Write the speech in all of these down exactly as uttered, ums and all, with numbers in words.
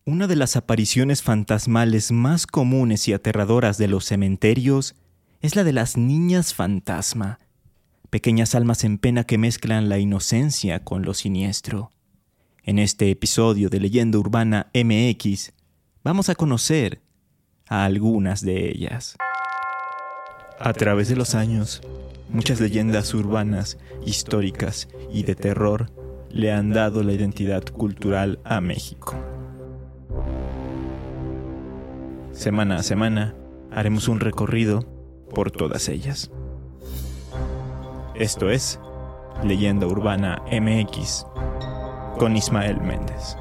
Una de las apariciones fantasmales más comunes y aterradoras de los cementerios es la de las niñas fantasma, pequeñas almas en pena que mezclan la inocencia con lo siniestro. En este episodio de Leyenda Urbana M X, vamos a conocer a algunas de ellas. A través de los años, muchas leyendas urbanas, históricas y de terror le han dado la identidad cultural a México. Semana a semana, haremos un recorrido por todas ellas. Esto es Leyenda Urbana M X con Ismael Méndez.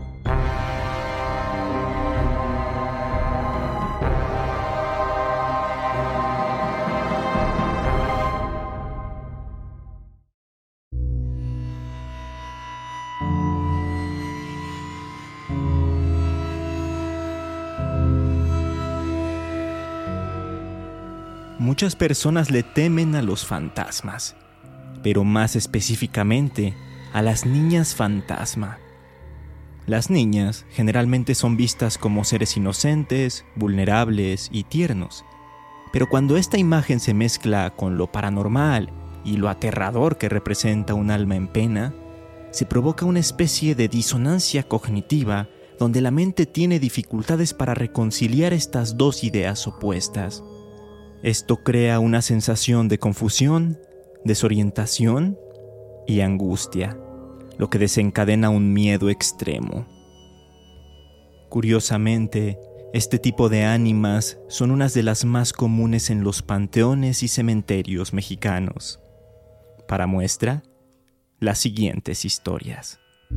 Muchas personas le temen a los fantasmas, pero más específicamente a las niñas fantasma. Las niñas generalmente son vistas como seres inocentes, vulnerables y tiernos, pero cuando esta imagen se mezcla con lo paranormal y lo aterrador que representa un alma en pena, se provoca una especie de disonancia cognitiva donde la mente tiene dificultades para reconciliar estas dos ideas opuestas. Esto crea una sensación de confusión, desorientación y angustia, lo que desencadena un miedo extremo. Curiosamente, este tipo de ánimas son unas de las más comunes en los panteones y cementerios mexicanos. Para muestra, las siguientes historias.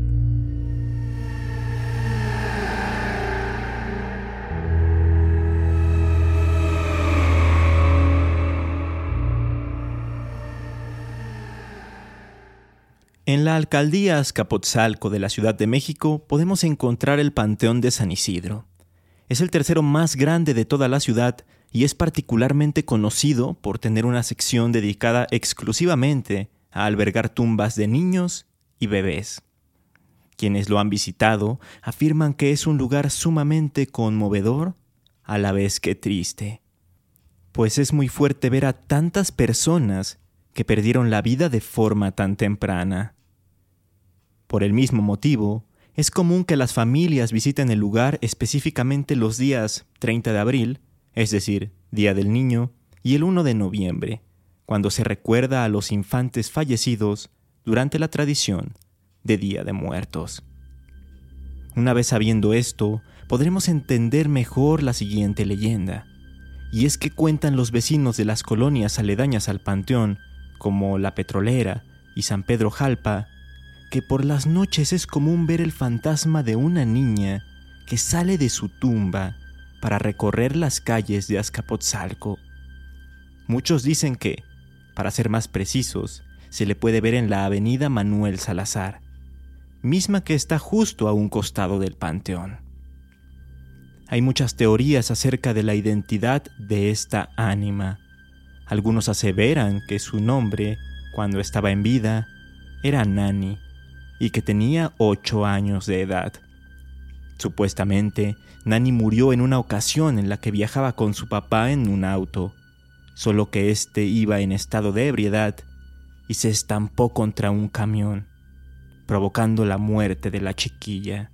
En la alcaldía Azcapotzalco de la Ciudad de México podemos encontrar el Panteón de San Isidro. Es el tercero más grande de toda la ciudad y es particularmente conocido por tener una sección dedicada exclusivamente a albergar tumbas de niños y bebés. Quienes lo han visitado afirman que es un lugar sumamente conmovedor, a la vez que triste, pues es muy fuerte ver a tantas personas que perdieron la vida de forma tan temprana. Por el mismo motivo, es común que las familias visiten el lugar específicamente los días treinta de abril, es decir, Día del Niño, y el primero de noviembre, cuando se recuerda a los infantes fallecidos durante la tradición de Día de Muertos. Una vez sabiendo esto, podremos entender mejor la siguiente leyenda, y es que cuentan los vecinos de las colonias aledañas al panteón, como La Petrolera y San Pedro Jalpa, que por las noches es común ver el fantasma de una niña que sale de su tumba para recorrer las calles de Azcapotzalco. Muchos dicen que, para ser más precisos, se le puede ver en la avenida Manuel Salazar, misma que está justo a un costado del panteón. Hay muchas teorías acerca de la identidad de esta ánima. Algunos aseveran que su nombre, cuando estaba en vida, era Nani y que tenía ocho años de edad. Supuestamente, Nani murió en una ocasión en la que viajaba con su papá en un auto, solo que éste iba en estado de ebriedad y se estampó contra un camión, provocando la muerte de la chiquilla.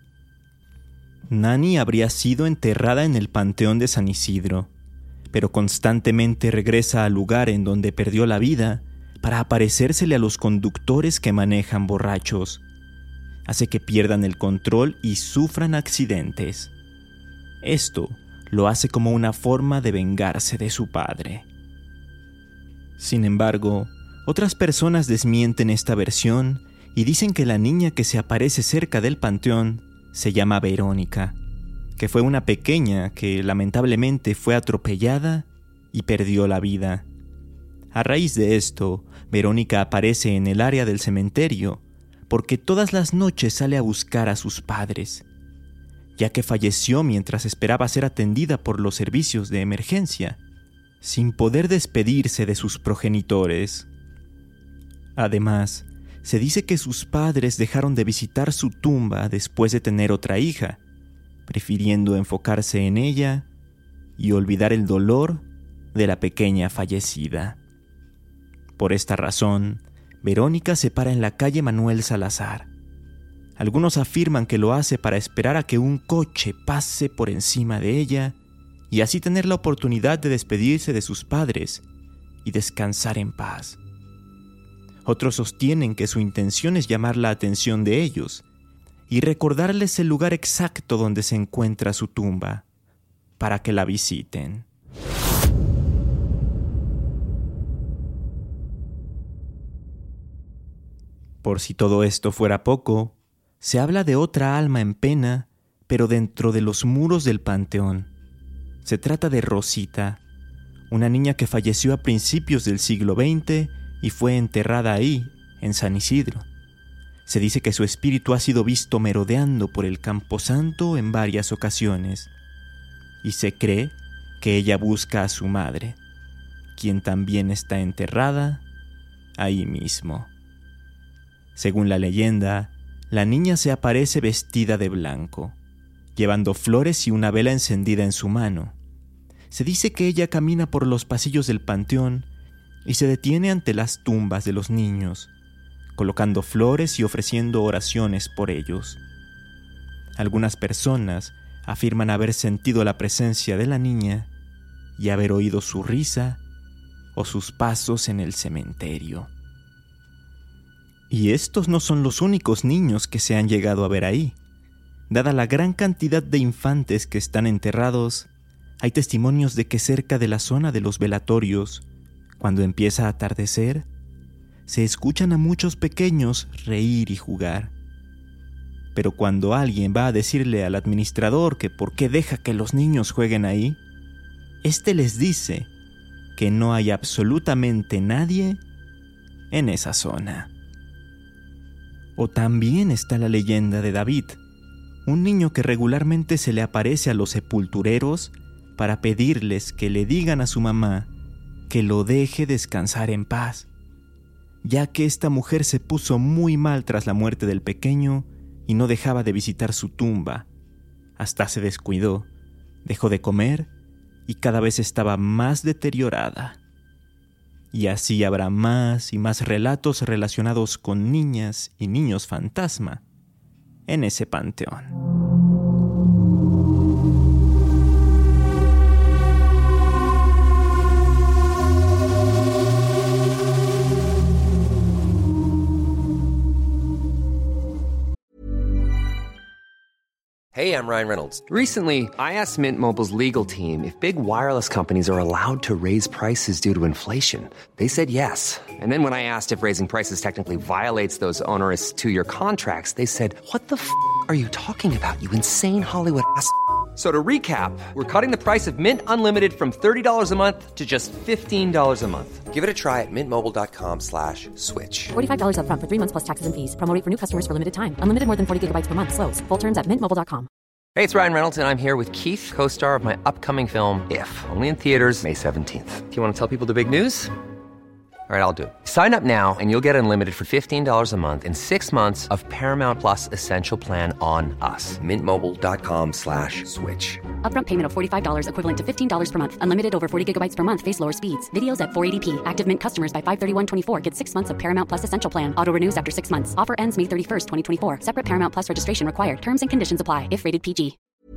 Nani habría sido enterrada en el Panteón de San Isidro, pero constantemente regresa al lugar en donde perdió la vida para aparecérsele a los conductores que manejan borrachos. Hace que pierdan el control y sufran accidentes. Esto lo hace como una forma de vengarse de su padre. Sin embargo, otras personas desmienten esta versión y dicen que la niña que se aparece cerca del panteón se llama Verónica, que fue una pequeña que lamentablemente fue atropellada y perdió la vida. A raíz de esto, Verónica aparece en el área del cementerio porque todas las noches sale a buscar a sus padres, ya que falleció mientras esperaba ser atendida por los servicios de emergencia, sin poder despedirse de sus progenitores. Además, se dice que sus padres dejaron de visitar su tumba después de tener otra hija, prefiriendo enfocarse en ella y olvidar el dolor de la pequeña fallecida. Por esta razón, Verónica se para en la calle Manuel Salazar. Algunos afirman que lo hace para esperar a que un coche pase por encima de ella y así tener la oportunidad de despedirse de sus padres y descansar en paz. Otros sostienen que su intención es llamar la atención de ellos y recordarles el lugar exacto donde se encuentra su tumba, para que la visiten. Por si todo esto fuera poco, se habla de otra alma en pena, pero dentro de los muros del panteón. Se trata de Rosita, una niña que falleció a principios del siglo veinte y fue enterrada ahí, en San Isidro. Se dice que su espíritu ha sido visto merodeando por el camposanto en varias ocasiones, y se cree que ella busca a su madre, quien también está enterrada ahí mismo. Según la leyenda, la niña se aparece vestida de blanco, llevando flores y una vela encendida en su mano. Se dice que ella camina por los pasillos del panteón y se detiene ante las tumbas de los niños, colocando flores y ofreciendo oraciones por ellos. Algunas personas afirman haber sentido la presencia de la niña y haber oído su risa o sus pasos en el cementerio. Y estos no son los únicos niños que se han llegado a ver ahí. Dada la gran cantidad de infantes que están enterrados, hay testimonios de que cerca de la zona de los velatorios, cuando empieza a atardecer, se escuchan a muchos pequeños reír y jugar. Pero cuando alguien va a decirle al administrador que por qué deja que los niños jueguen ahí, éste les dice que no hay absolutamente nadie en esa zona. O también está la leyenda de David, un niño que regularmente se le aparece a los sepultureros para pedirles que le digan a su mamá que lo deje descansar en paz, ya que esta mujer se puso muy mal tras la muerte del pequeño y no dejaba de visitar su tumba. Hasta se descuidó, dejó de comer y cada vez estaba más deteriorada. Y así habrá más y más relatos relacionados con niñas y niños fantasma en ese panteón. Hey, I'm Ryan Reynolds. Recently, I asked Mint Mobile's legal team if big wireless companies are allowed to raise prices due to inflation. They said yes. And then when I asked if raising prices technically violates those onerous two-year contracts, they said, what the f*** are you talking about, you insane Hollywood ass f- So to recap, we're cutting the price of Mint Unlimited from thirty dollars a month to just fifteen dollars a month. Give it a try at mintmobile.com slash switch. forty-five dollars up front for three months plus taxes and fees. Promo rate for new customers for limited time. Unlimited more than forty gigabytes per month. Slows full terms at mint mobile dot com. Hey, it's Ryan Reynolds, and I'm here with Keith, co-star of my upcoming film, If, only in theaters May seventeenth. Do you want to tell people the big news? All right, I'll do it. Sign up now and you'll get unlimited for fifteen dollars a month and six months of Paramount Plus Essential Plan on us. Mintmobile.com slash switch. Upfront payment of forty-five dollars equivalent to fifteen dollars per month. Unlimited over forty gigabytes per month. Face lower speeds. Videos at four eighty p. Active Mint customers by five thirty-one twenty-four get six months of Paramount Plus Essential Plan. Auto renews after six months. Offer ends May thirty-first, twenty twenty-four. Separate Paramount Plus registration required. Terms and conditions apply if rated P G.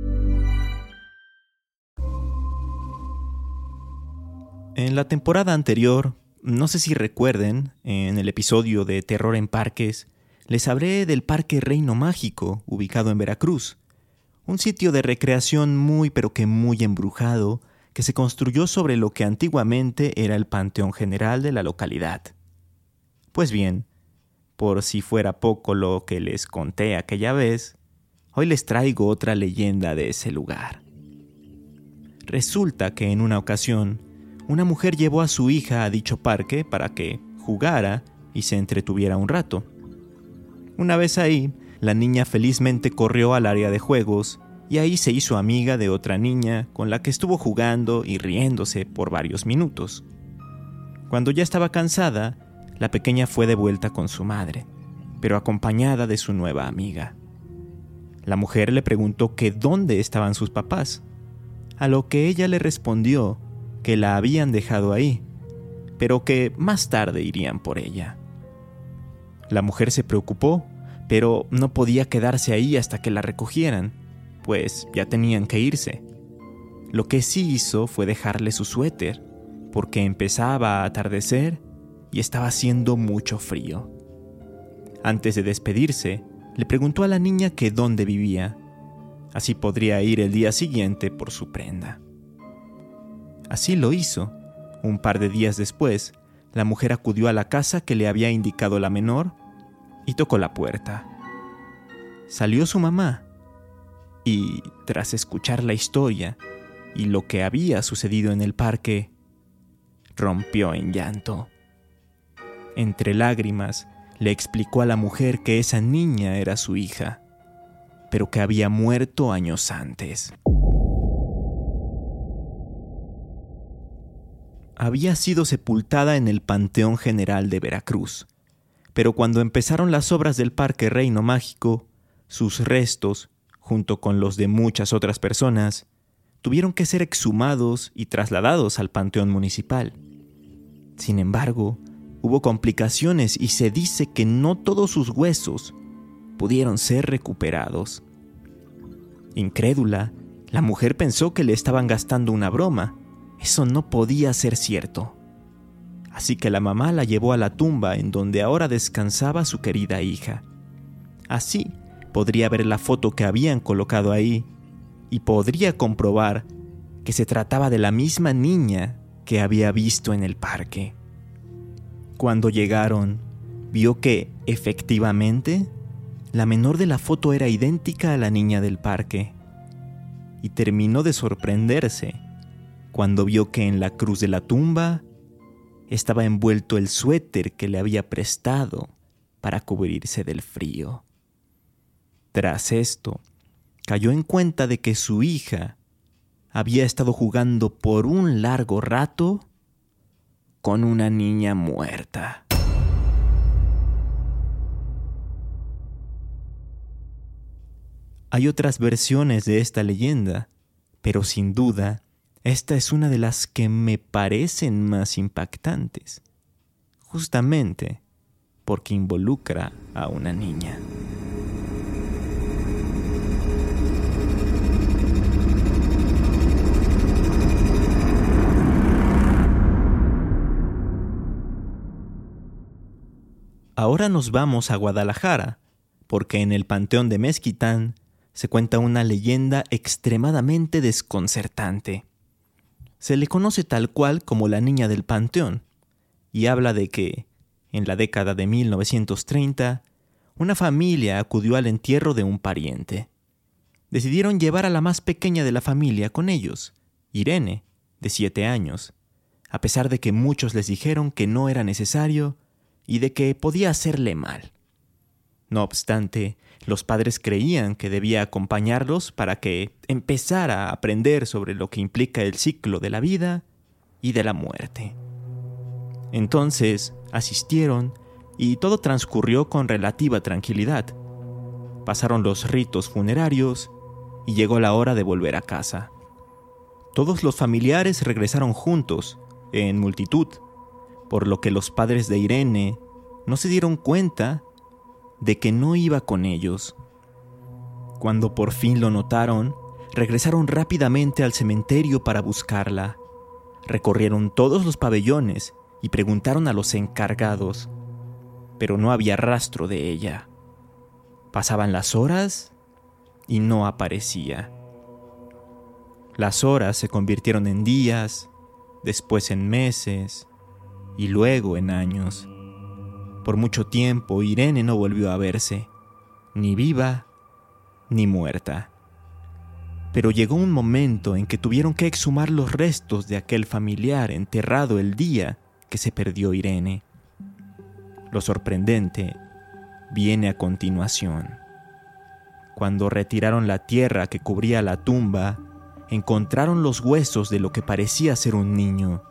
En la temporada anterior, no sé si recuerden, en el episodio de Terror en Parques, les hablé del Parque Reino Mágico, ubicado en Veracruz. Un sitio de recreación muy pero que muy embrujado, que se construyó sobre lo que antiguamente era el panteón general de la localidad. Pues bien, por si fuera poco lo que les conté aquella vez, hoy les traigo otra leyenda de ese lugar. Resulta que en una ocasión, una mujer llevó a su hija a dicho parque para que jugara y se entretuviera un rato. Una vez ahí, la niña felizmente corrió al área de juegos y ahí se hizo amiga de otra niña con la que estuvo jugando y riéndose por varios minutos. Cuando ya estaba cansada, la pequeña fue de vuelta con su madre, pero acompañada de su nueva amiga. La mujer le preguntó que dónde estaban sus papás, a lo que ella le respondió que la habían dejado ahí, pero que más tarde irían por ella. La mujer se preocupó, pero no podía quedarse ahí hasta que la recogieran, pues ya tenían que irse. Lo que sí hizo fue dejarle su suéter, porque empezaba a atardecer y estaba haciendo mucho frío. Antes de despedirse, le preguntó a la niña que dónde vivía. Así podría ir el día siguiente por su prenda. Así lo hizo. Un par de días después, la mujer acudió a la casa que le había indicado la menor y tocó la puerta. Salió su mamá y, tras escuchar la historia y lo que había sucedido en el parque, rompió en llanto. Entre lágrimas, le explicó a la mujer que esa niña era su hija, pero que había muerto años antes. Había sido sepultada en el Panteón General de Veracruz, pero cuando empezaron las obras del Parque Reino Mágico, sus restos, junto con los de muchas otras personas, tuvieron que ser exhumados y trasladados al Panteón Municipal. Sin embargo, hubo complicaciones y se dice que no todos sus huesos pudieron ser recuperados. Incrédula, la mujer pensó que le estaban gastando una broma. Eso no podía ser cierto. Así que la mamá la llevó a la tumba en donde ahora descansaba su querida hija. Así podría ver la foto que habían colocado ahí y podría comprobar que se trataba de la misma niña que había visto en el parque. Cuando llegaron, vio que, efectivamente, la menor de la foto era idéntica a la niña del parque. Y terminó de sorprenderse cuando vio que en la cruz de la tumba estaba envuelto el suéter que le había prestado para cubrirse del frío. Tras esto, cayó en cuenta de que su hija había estado jugando por un largo rato con una niña muerta. Hay otras versiones de esta leyenda, pero sin duda, esta es una de las que me parecen más impactantes, justamente porque involucra a una niña. Ahora nos vamos a Guadalajara, porque en el Panteón de Mezquitán se cuenta una leyenda extremadamente desconcertante. Se le conoce tal cual como la Niña del Panteón, y habla de que, en la década de mil novecientos treinta, una familia acudió al entierro de un pariente. Decidieron llevar a la más pequeña de la familia con ellos, Irene, de siete años, a pesar de que muchos les dijeron que no era necesario y de que podía hacerle mal. No obstante, los padres creían que debía acompañarlos para que empezara a aprender sobre lo que implica el ciclo de la vida y de la muerte. Entonces, asistieron y todo transcurrió con relativa tranquilidad. Pasaron los ritos funerarios y llegó la hora de volver a casa. Todos los familiares regresaron juntos, en multitud, por lo que los padres de Irene no se dieron cuenta de que no iba con ellos. Cuando por fin lo notaron, regresaron rápidamente al cementerio para buscarla. Recorrieron todos los pabellones y preguntaron a los encargados, pero no había rastro de ella. Pasaban las horas y no aparecía. Las horas se convirtieron en días, después en meses y luego en años. Por mucho tiempo Irene no volvió a verse, ni viva ni muerta. Pero llegó un momento en que tuvieron que exhumar los restos de aquel familiar enterrado el día que se perdió Irene. Lo sorprendente viene a continuación. Cuando retiraron la tierra que cubría la tumba, encontraron los huesos de lo que parecía ser un niño.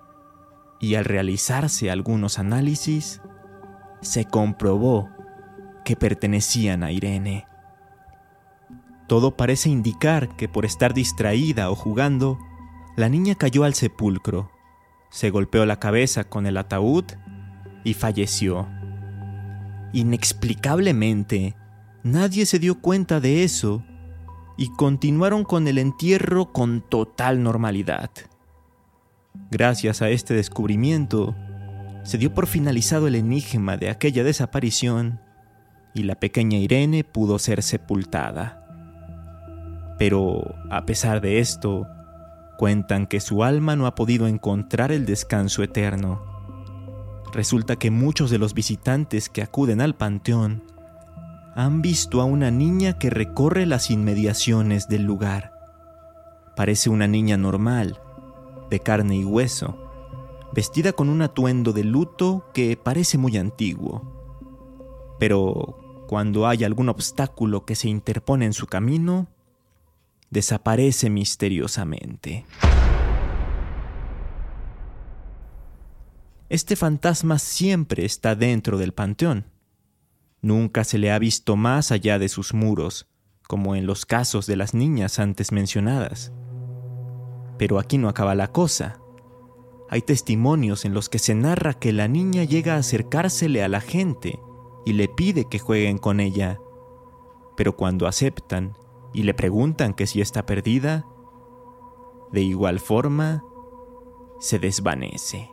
Y al realizarse algunos análisis, se comprobó que pertenecían a Irene. Todo parece indicar que por estar distraída o jugando, la niña cayó al sepulcro, se golpeó la cabeza con el ataúd y falleció. Inexplicablemente, nadie se dio cuenta de eso y continuaron con el entierro con total normalidad. Gracias a este descubrimiento, se dio por finalizado el enigma de aquella desaparición y la pequeña Irene pudo ser sepultada. Pero, a pesar de esto, cuentan que su alma no ha podido encontrar el descanso eterno. Resulta que muchos de los visitantes que acuden al panteón han visto a una niña que recorre las inmediaciones del lugar. Parece una niña normal, de carne y hueso, vestida con un atuendo de luto que parece muy antiguo. Pero cuando hay algún obstáculo que se interpone en su camino, desaparece misteriosamente. Este fantasma siempre está dentro del panteón. Nunca se le ha visto más allá de sus muros, como en los casos de las niñas antes mencionadas. Pero aquí no acaba la cosa. Hay testimonios en los que se narra que la niña llega a acercársele a la gente y le pide que jueguen con ella. Pero cuando aceptan y le preguntan que si está perdida, de igual forma, se desvanece.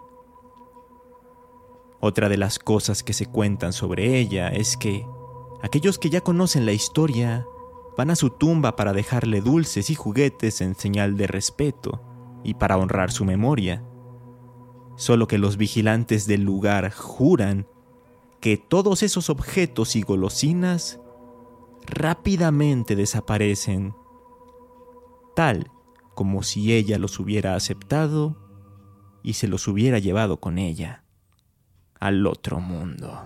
Otra de las cosas que se cuentan sobre ella es que aquellos que ya conocen la historia van a su tumba para dejarle dulces y juguetes en señal de respeto y para honrar su memoria. Solo que los vigilantes del lugar juran que todos esos objetos y golosinas rápidamente desaparecen, tal como si ella los hubiera aceptado y se los hubiera llevado con ella al otro mundo.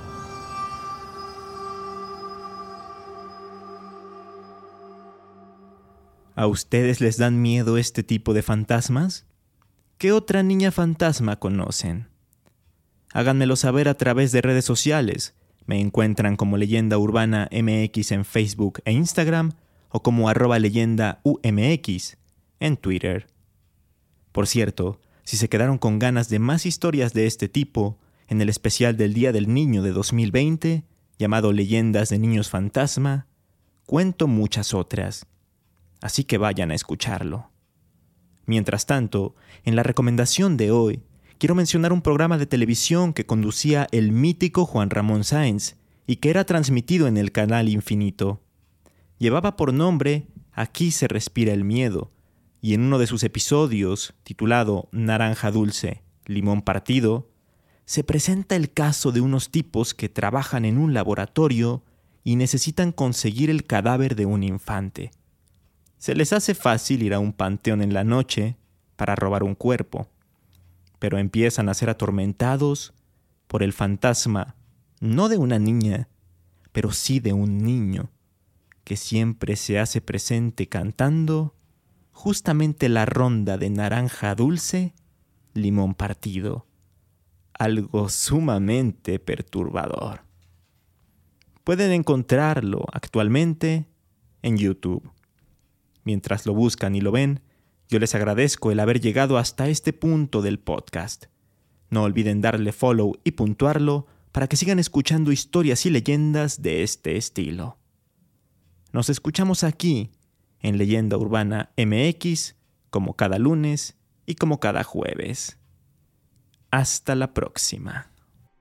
¿A ustedes les dan miedo este tipo de fantasmas? ¿Qué otra niña fantasma conocen? Háganmelo saber a través de redes sociales. Me encuentran como Leyenda Urbana M X en Facebook e Instagram o como arroba leyenda U M X en Twitter. Por cierto, si se quedaron con ganas de más historias de este tipo, en el especial del Día del Niño de dos mil veinte, llamado Leyendas de Niños Fantasma, cuento muchas otras. Así que vayan a escucharlo. Mientras tanto, en la recomendación de hoy, quiero mencionar un programa de televisión que conducía el mítico Juan Ramón Sáenz y que era transmitido en el canal Infinito. Llevaba por nombre Aquí se respira el miedo, y en uno de sus episodios, titulado Naranja dulce, limón partido, se presenta el caso de unos tipos que trabajan en un laboratorio y necesitan conseguir el cadáver de un infante. Se les hace fácil ir a un panteón en la noche para robar un cuerpo, pero empiezan a ser atormentados por el fantasma, no de una niña, pero sí de un niño, que siempre se hace presente cantando justamente la ronda de naranja dulce, limón partido. Algo sumamente perturbador. Pueden encontrarlo actualmente en YouTube. Mientras lo buscan y lo ven, yo les agradezco el haber llegado hasta este punto del podcast. No olviden darle follow y puntuarlo para que sigan escuchando historias y leyendas de este estilo. Nos escuchamos aquí, en Leyenda Urbana M X, como cada lunes y como cada jueves. Hasta la próxima.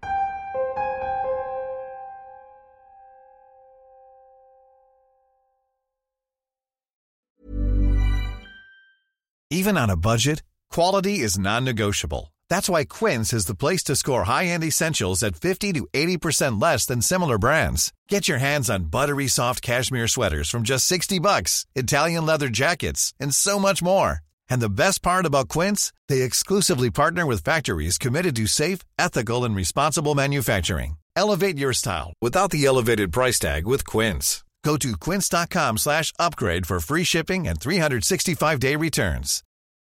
Even on a budget, quality is non-negotiable. That's why Quince is the place to score high-end essentials at fifty to eighty percent less than similar brands. Get your hands on buttery soft cashmere sweaters from just sixty bucks, Italian leather jackets, and so much more. And the best part about Quince, they exclusively partner with factories committed to safe, ethical, and responsible manufacturing. Elevate your style without the elevated price tag with Quince. Go to quince.com slash upgrade for free shipping and three sixty-five day returns.